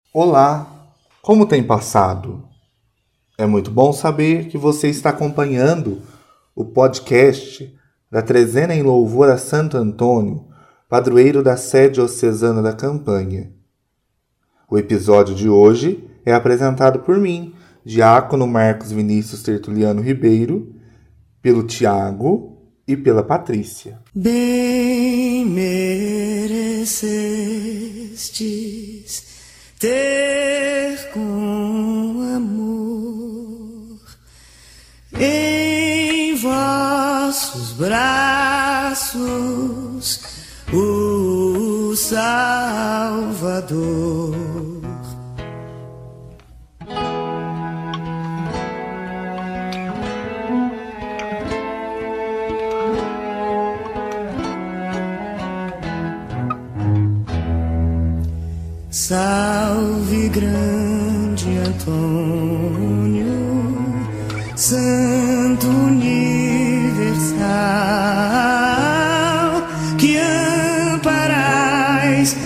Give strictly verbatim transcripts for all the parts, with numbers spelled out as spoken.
Olá, como tem passado? É muito bom saber que você está acompanhando o podcast da Trezena em Louvor a Santo Antônio, padroeiro da sede diocesana da Campanha. O episódio de hoje é apresentado por mim, diácono Marcos Vinícius Tertuliano Ribeiro, pelo Tiago e pela Patrícia. Bem merecestes ter com amor em vossos braços o Salvador. Salve, grande Antônio, Santo universal, que amparais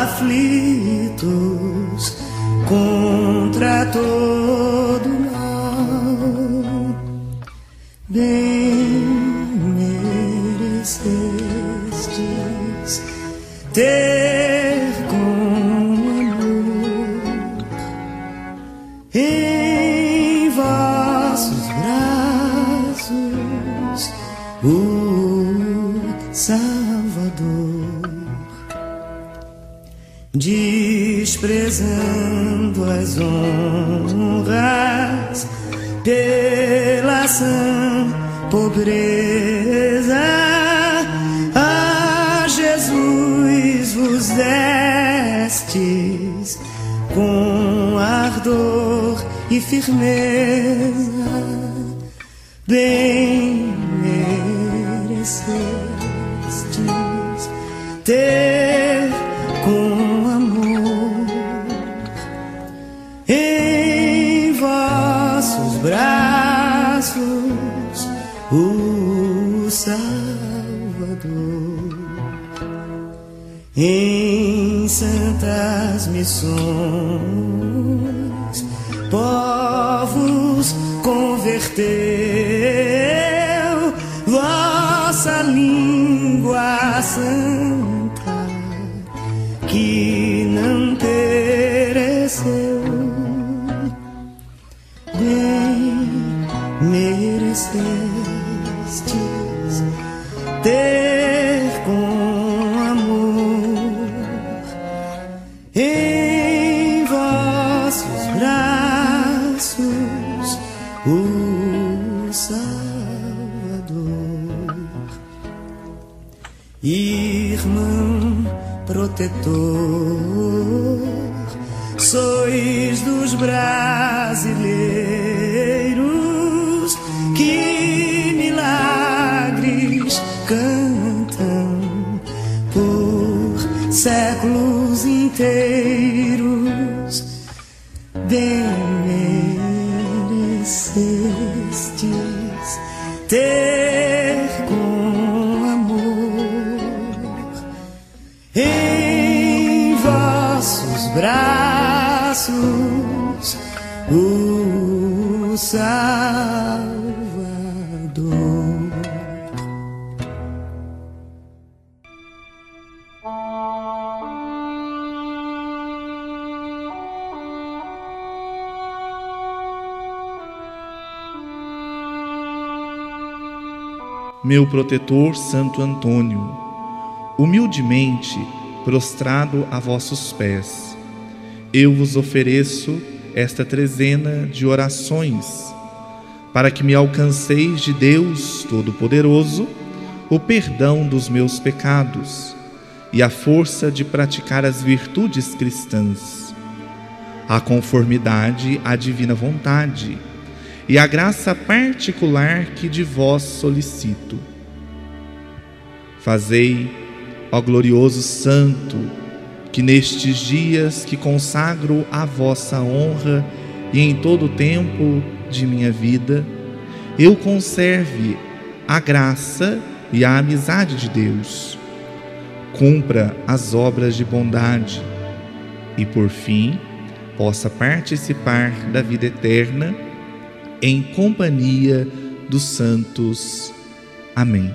aflitos contra todo mal. Bem merecestes ter em vossos braços o Salvador, desprezando as honras pela sã pobreza, a Jesus vos destes com ardor e firmeza. Bem merecestes ter com amor em vossos braços o Salvador. Em santas missões povos converteu, vossa língua santa que não pereceu. Bem merecestes ter com amor em vossos braços o Salvador. Irmão protetor, sois dos brasileiros que milagres cantam por séculos inteiros. Bem merecestes ter com amor em vossos braços o Salvador. Meu protetor Santo Antônio, humildemente prostrado a vossos pés, eu vos ofereço esta trezena de orações, para que me alcanceis de Deus Todo-Poderoso o perdão dos meus pecados e a força de praticar as virtudes cristãs, a conformidade à divina vontade e a graça particular que de vós solicito. Fazei, ó glorioso Santo, que nestes dias que consagro à vossa honra e em todo o tempo de minha vida, eu conserve a graça e a amizade de Deus, cumpra as obras de bondade e, por fim, possa participar da vida eterna em companhia dos santos. Amém.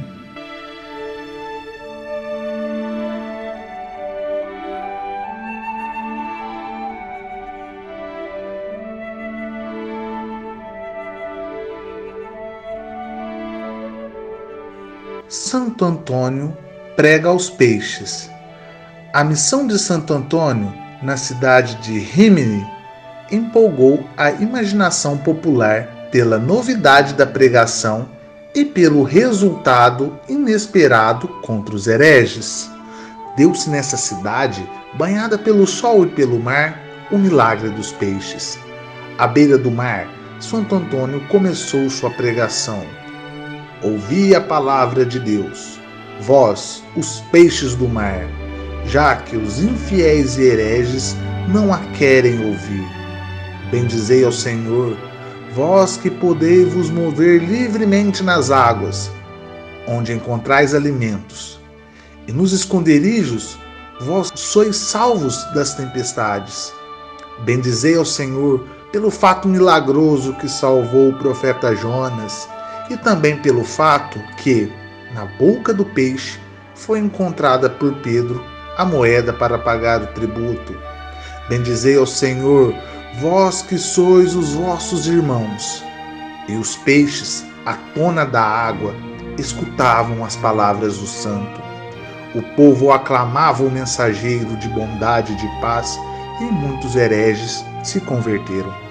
Santo Antônio prega aos peixes. A missão de Santo Antônio, na cidade de Rímini, empolgou a imaginação popular pela novidade da pregação e pelo resultado inesperado contra os hereges. Deu-se nessa cidade, banhada pelo sol e pelo mar, o milagre dos peixes. À beira do mar, Santo Antônio começou sua pregação. Ouvi a palavra de Deus, vós, os peixes do mar, já que os infiéis e hereges não a querem ouvir. Bendizei ao Senhor, vós que podeis vos mover livremente nas águas, onde encontrais alimentos, e nos esconderijos vós sois salvos das tempestades. Bendizei ao Senhor pelo fato milagroso que salvou o profeta Jonas, e também pelo fato que, na boca do peixe, foi encontrada por Pedro a moeda para pagar o tributo. Bendizei ao Senhor, vós que sois os vossos irmãos. E os peixes, à tona da água, escutavam as palavras do santo. O povo aclamava o mensageiro de bondade e de paz, e muitos hereges se converteram.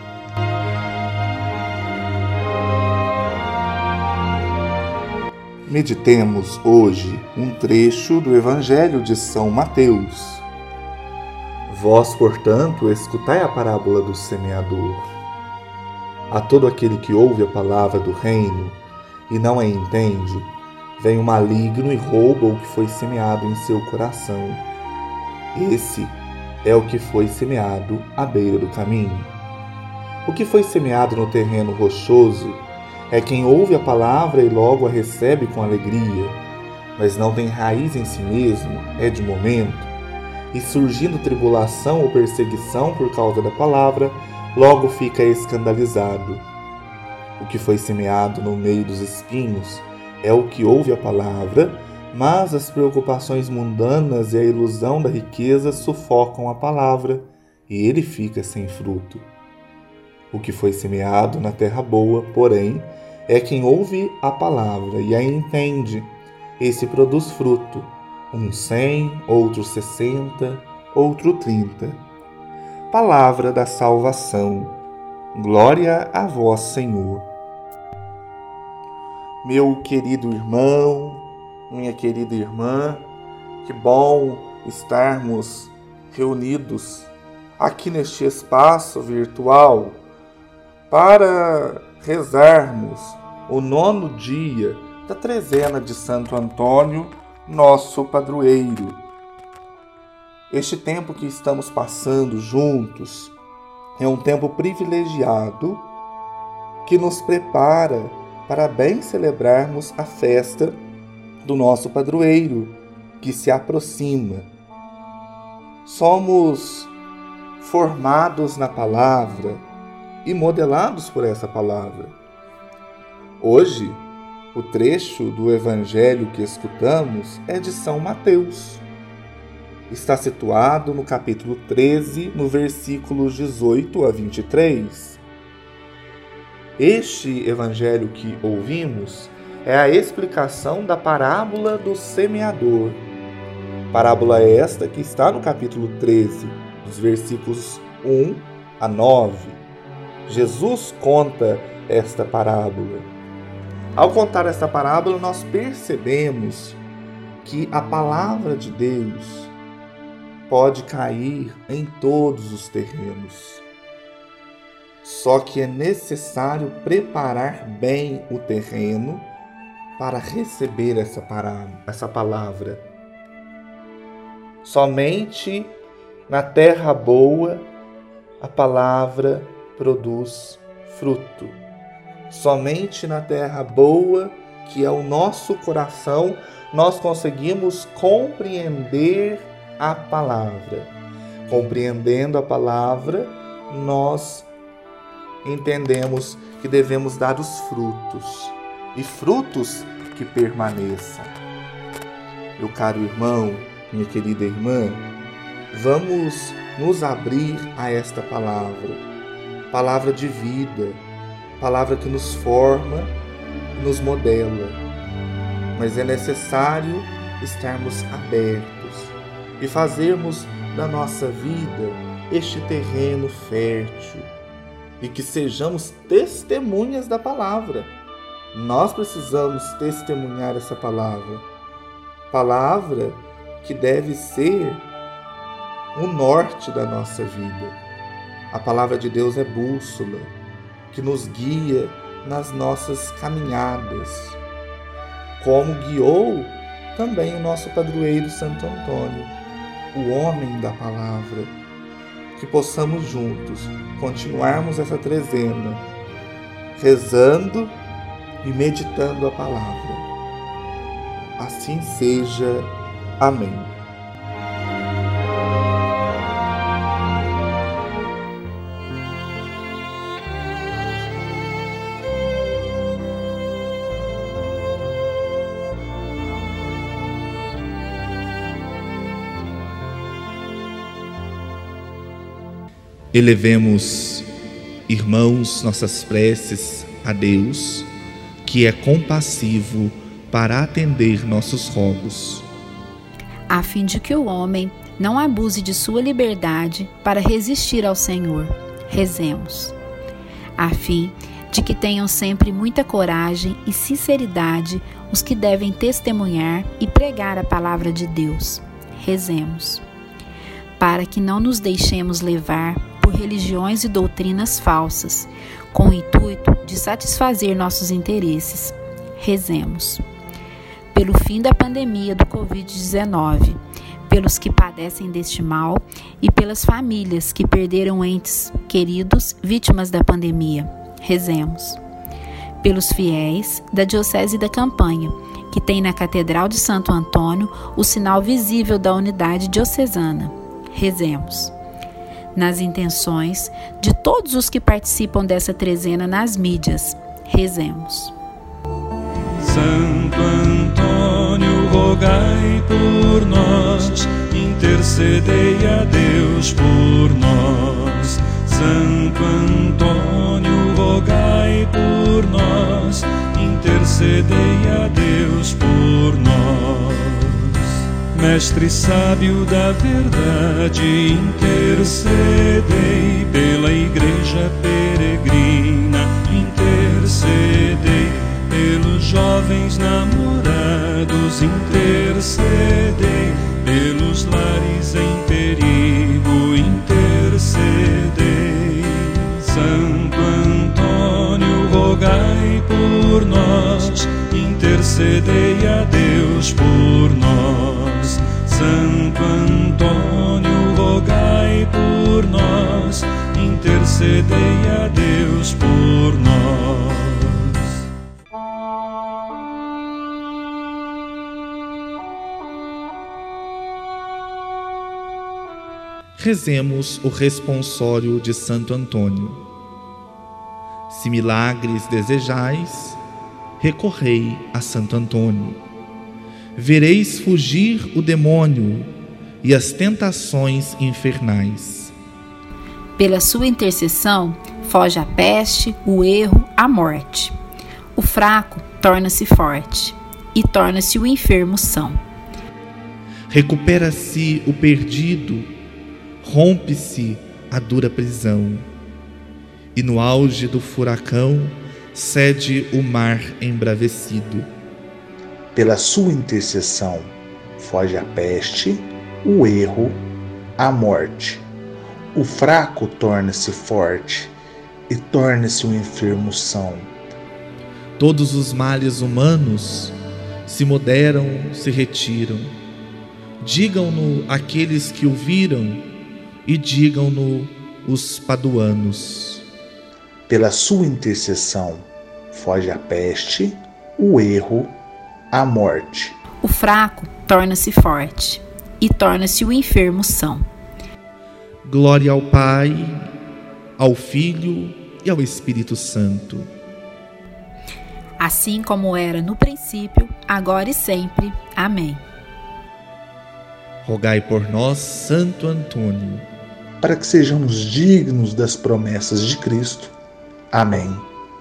Meditemos hoje um trecho do Evangelho de São Mateus. Vós, portanto, escutai a parábola do semeador. A todo aquele que ouve a palavra do reino e não a entende, vem o maligno e rouba o que foi semeado em seu coração. Esse é o que foi semeado à beira do caminho. O que foi semeado no terreno rochoso é quem ouve a palavra e logo a recebe com alegria, mas não tem raiz em si mesmo, é de momento, e surgindo tribulação ou perseguição por causa da palavra, logo fica escandalizado. O que foi semeado no meio dos espinhos é o que ouve a palavra, mas as preocupações mundanas e a ilusão da riqueza sufocam a palavra, e ele fica sem fruto. O que foi semeado na terra boa, porém, é quem ouve a palavra e a entende. Esse produz fruto, um cem, outro sessenta, outro trinta. Palavra da salvação. Glória a vós, Senhor. Meu querido irmão, minha querida irmã, que bom estarmos reunidos aqui neste espaço virtual para rezarmos o nono dia da trezena de Santo Antônio, nosso padroeiro. Este tempo que estamos passando juntos é um tempo privilegiado que nos prepara para bem celebrarmos a festa do nosso padroeiro, que se aproxima. Somos formados na palavra e modelados por essa palavra. Hoje, o trecho do Evangelho que escutamos é de São Mateus. Está situado no capítulo treze, no versículos dezoito a vinte e três. Este Evangelho que ouvimos é a explicação da parábola do semeador. Parábola esta que está no capítulo treze, dos versículos um a nove. Jesus conta esta parábola. Ao contar esta parábola, nós percebemos que a palavra de Deus pode cair em todos os terrenos. Só que é necessário preparar bem o terreno para receber essa, pará- essa palavra. Somente na terra boa a palavra produz fruto. Somente na terra boa, que é o nosso coração, nós conseguimos compreender a palavra. Compreendendo a palavra, nós entendemos que devemos dar os frutos, e frutos que permaneçam. Meu caro irmão, minha querida irmã, vamos nos abrir a esta palavra, palavra de vida, palavra que nos forma e nos modela. Mas é necessário estarmos abertos e fazermos da nossa vida este terreno fértil e que sejamos testemunhas da palavra. Nós precisamos testemunhar essa palavra, palavra que deve ser o norte da nossa vida. A palavra de Deus é bússola, que nos guia nas nossas caminhadas, como guiou também o nosso padroeiro Santo Antônio, o homem da palavra. Que possamos juntos continuarmos essa trezena, rezando e meditando a palavra. Assim seja. Amém. Elevemos, irmãos, nossas preces a Deus, que é compassivo para atender nossos rogos. A fim de que o homem não abuse de sua liberdade para resistir ao Senhor, rezemos. A fim de que tenham sempre muita coragem e sinceridade os que devem testemunhar e pregar a palavra de Deus, rezemos. Para que não nos deixemos levar por religiões e doutrinas falsas, com o intuito de satisfazer nossos interesses, rezemos. Pelo fim da pandemia do covid dezenove, pelos que padecem deste mal e pelas famílias que perderam entes queridos vítimas da pandemia, rezemos. Pelos fiéis da Diocese da Campanha, que tem na Catedral de Santo Antônio o sinal visível da unidade diocesana, rezemos. Nas intenções de todos os que participam dessa trezena nas mídias, rezemos. Santo Antônio, rogai por nós, intercedei a Deus por nós. Santo Antônio, rogai por nós, intercedei a Deus por nós. Mestre sábio da verdade, intercedei pela Igreja peregrina, intercedei pelos jovens namorados, intercedei pelos lares em perigo, intercedei. Santo Antônio, rogai por nós, intercedei a Deus por nós. Santo Antônio, rogai por nós, intercedei a Deus por nós. Rezemos o responsório de Santo Antônio. Se milagres desejais, recorrei a Santo Antônio. Vereis fugir o demônio e as tentações infernais. Pela sua intercessão, foge a peste, o erro, a morte. O fraco torna-se forte e torna-se o enfermo são. Recupera-se o perdido, rompe-se a dura prisão, e no auge do furacão cede o mar embravecido. Pela sua intercessão foge a peste, o erro, a morte. O fraco torna-se forte e torna-se o enfermo são. Todos os males humanos se moderam, se retiram. Digam-no aqueles que o viram e digam-no os paduanos. Pela sua intercessão foge a peste, o erro, a morte. O fraco torna-se forte e torna-se o enfermo são. Glória ao Pai, ao Filho e ao Espírito Santo. Assim como era no princípio, agora e sempre. Amém. Rogai por nós, Santo Antônio, para que sejamos dignos das promessas de Cristo. Amém.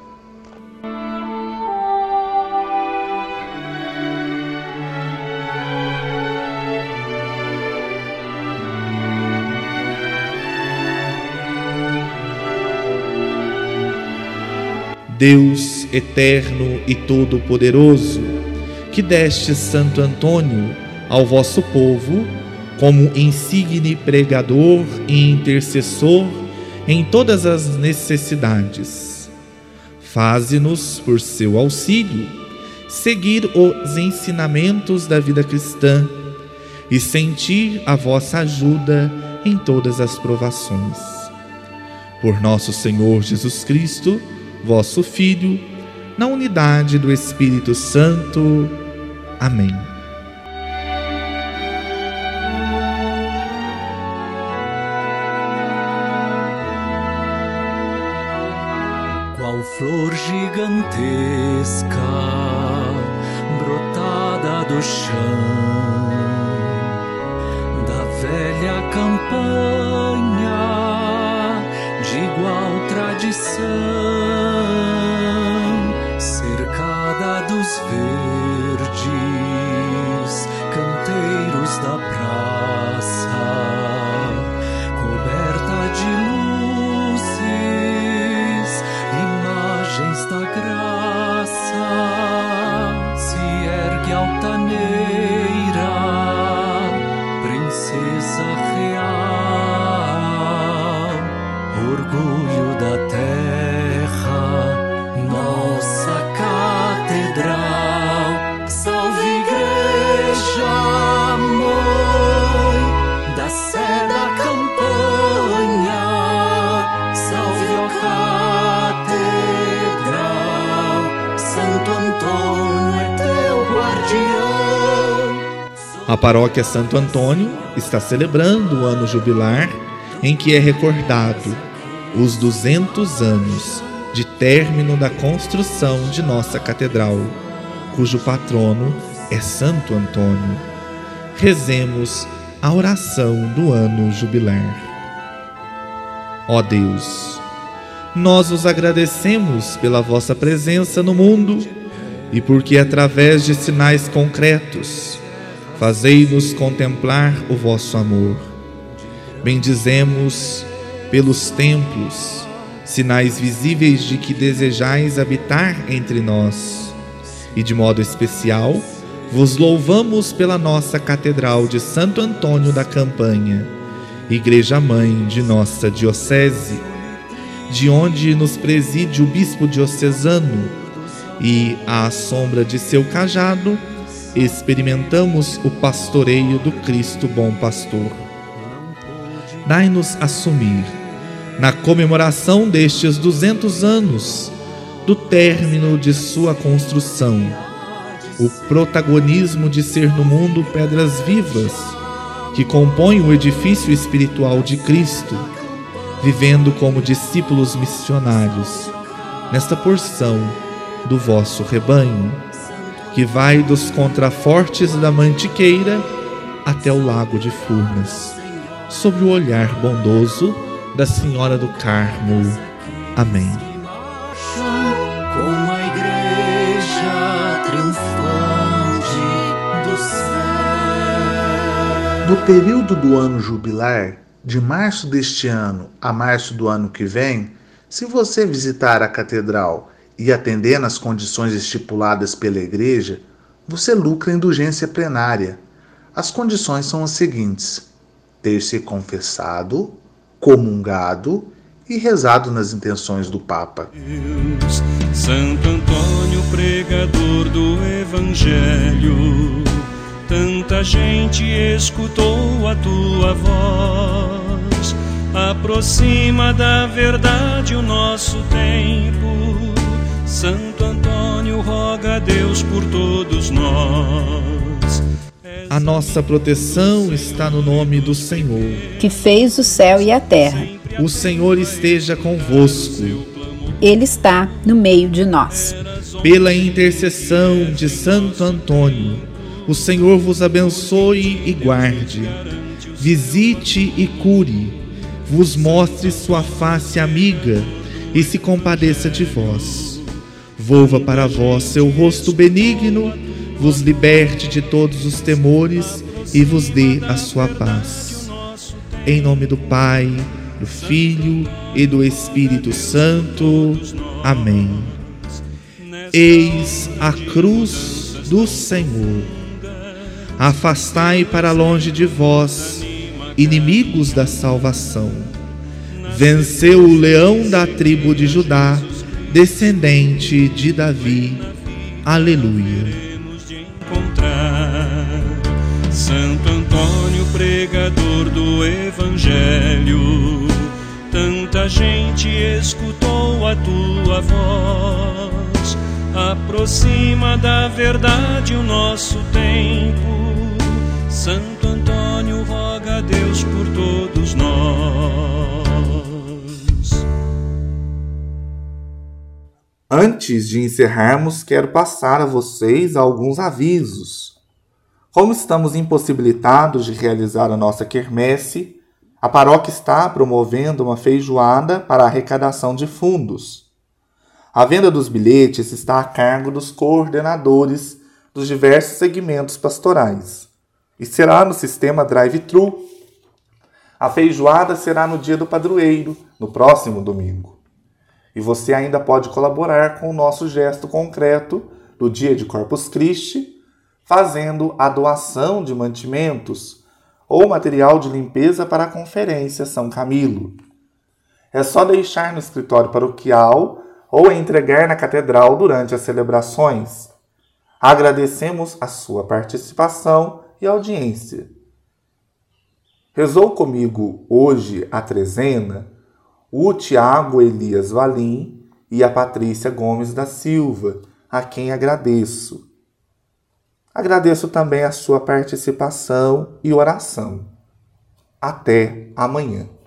Deus eterno e todo-poderoso, que deste Santo Antônio ao vosso povo como insigne pregador e intercessor em todas as necessidades, faze-nos, por seu auxílio, seguir os ensinamentos da vida cristã e sentir a vossa ajuda em todas as provações. Por nosso Senhor Jesus Cristo, vosso Filho, na unidade do Espírito Santo. Amém. Qual flor gigantesca, brotada do chão da velha campanha, de igual tradição, cercada dos verdes canteiros da praça, coberta de luzes, imagens da graça, se ergue altaneira, princesa real, orgulho da terra, nossa catedral. Salve Igreja, Mãe da Sé da campanha, salve, ó catedral, Santo Antônio é teu guardião. A paróquia Santo Antônio está celebrando o ano jubilar em que é recordado os duzentos anos de término da construção de nossa catedral, cujo patrono é Santo Antônio. Rezemos a oração do ano jubilar. Ó Deus, nós os agradecemos pela vossa presença no mundo e porque, através de sinais concretos, fazei-nos contemplar o vosso amor. Bendizemos pelos templos, sinais visíveis de que desejais habitar entre nós, e de modo especial vos louvamos pela nossa Catedral de Santo Antônio da Campanha, Igreja-mãe de nossa diocese, de onde nos preside o bispo diocesano, e, à sombra de seu cajado, experimentamos o pastoreio do Cristo Bom Pastor. Dai-nos assumir, na comemoração destes duzentos anos do término de sua construção, o protagonismo de ser no mundo pedras vivas que compõem o edifício espiritual de Cristo, vivendo como discípulos missionários nesta porção do vosso rebanho, que vai dos contrafortes da Mantiqueira até o Lago de Furnas, sob o olhar bondoso da Senhora do Carmo. Amém. Como a Igreja triunfante do céu. No período do ano jubilar, de março deste ano a março do ano que vem, se você visitar a catedral e atender nas condições estipuladas pela Igreja, você lucra indulgência plenária. As condições são as seguintes: ter se confessado, comungado e rezado nas intenções do Papa. Deus, Santo Antônio, pregador do Evangelho, tanta gente escutou a tua voz, aproxima da verdade o nosso tempo. Santo Antônio, roga a Deus por todos nós. És A nossa proteção está no nome do Senhor, que fez o céu e a terra. O Senhor esteja convosco. Ele está no meio de nós. Pela intercessão de Santo Antônio, o Senhor vos abençoe e guarde, visite e cure, vos mostre sua face amiga e se compadeça de vós. Volva para vós seu rosto benigno, vos liberte de todos os temores e vos dê a sua paz. Em nome do Pai, do Filho e do Espírito Santo. Amém. Eis a cruz do Senhor. Afastai para longe de vós, inimigos da salvação. Venceu o leão da tribo de Judá, descendente de Davi. Aleluia. Santo Antônio, pregador do Evangelho, tanta gente escutou a tua voz. Aproxima da verdade o nosso tempo. Santo Antônio, roga a Deus por todos nós. Antes de encerrarmos, quero passar a vocês alguns avisos. Como estamos impossibilitados de realizar a nossa quermesse, a paróquia está promovendo uma feijoada para a arrecadação de fundos. A venda dos bilhetes está a cargo dos coordenadores dos diversos segmentos pastorais e será no sistema drive-thru. A feijoada será no dia do padroeiro, no próximo domingo. E você ainda pode colaborar com o nosso gesto concreto do dia de Corpus Christi, fazendo a doação de mantimentos ou material de limpeza para a Conferência São Camilo. É só deixar no escritório paroquial ou entregar na catedral durante as celebrações. Agradecemos a sua participação e audiência. Rezou comigo hoje a trezena o Tiago Elias Valim e a Patrícia Gomes da Silva, a quem agradeço. Agradeço também a sua participação e oração. Até amanhã.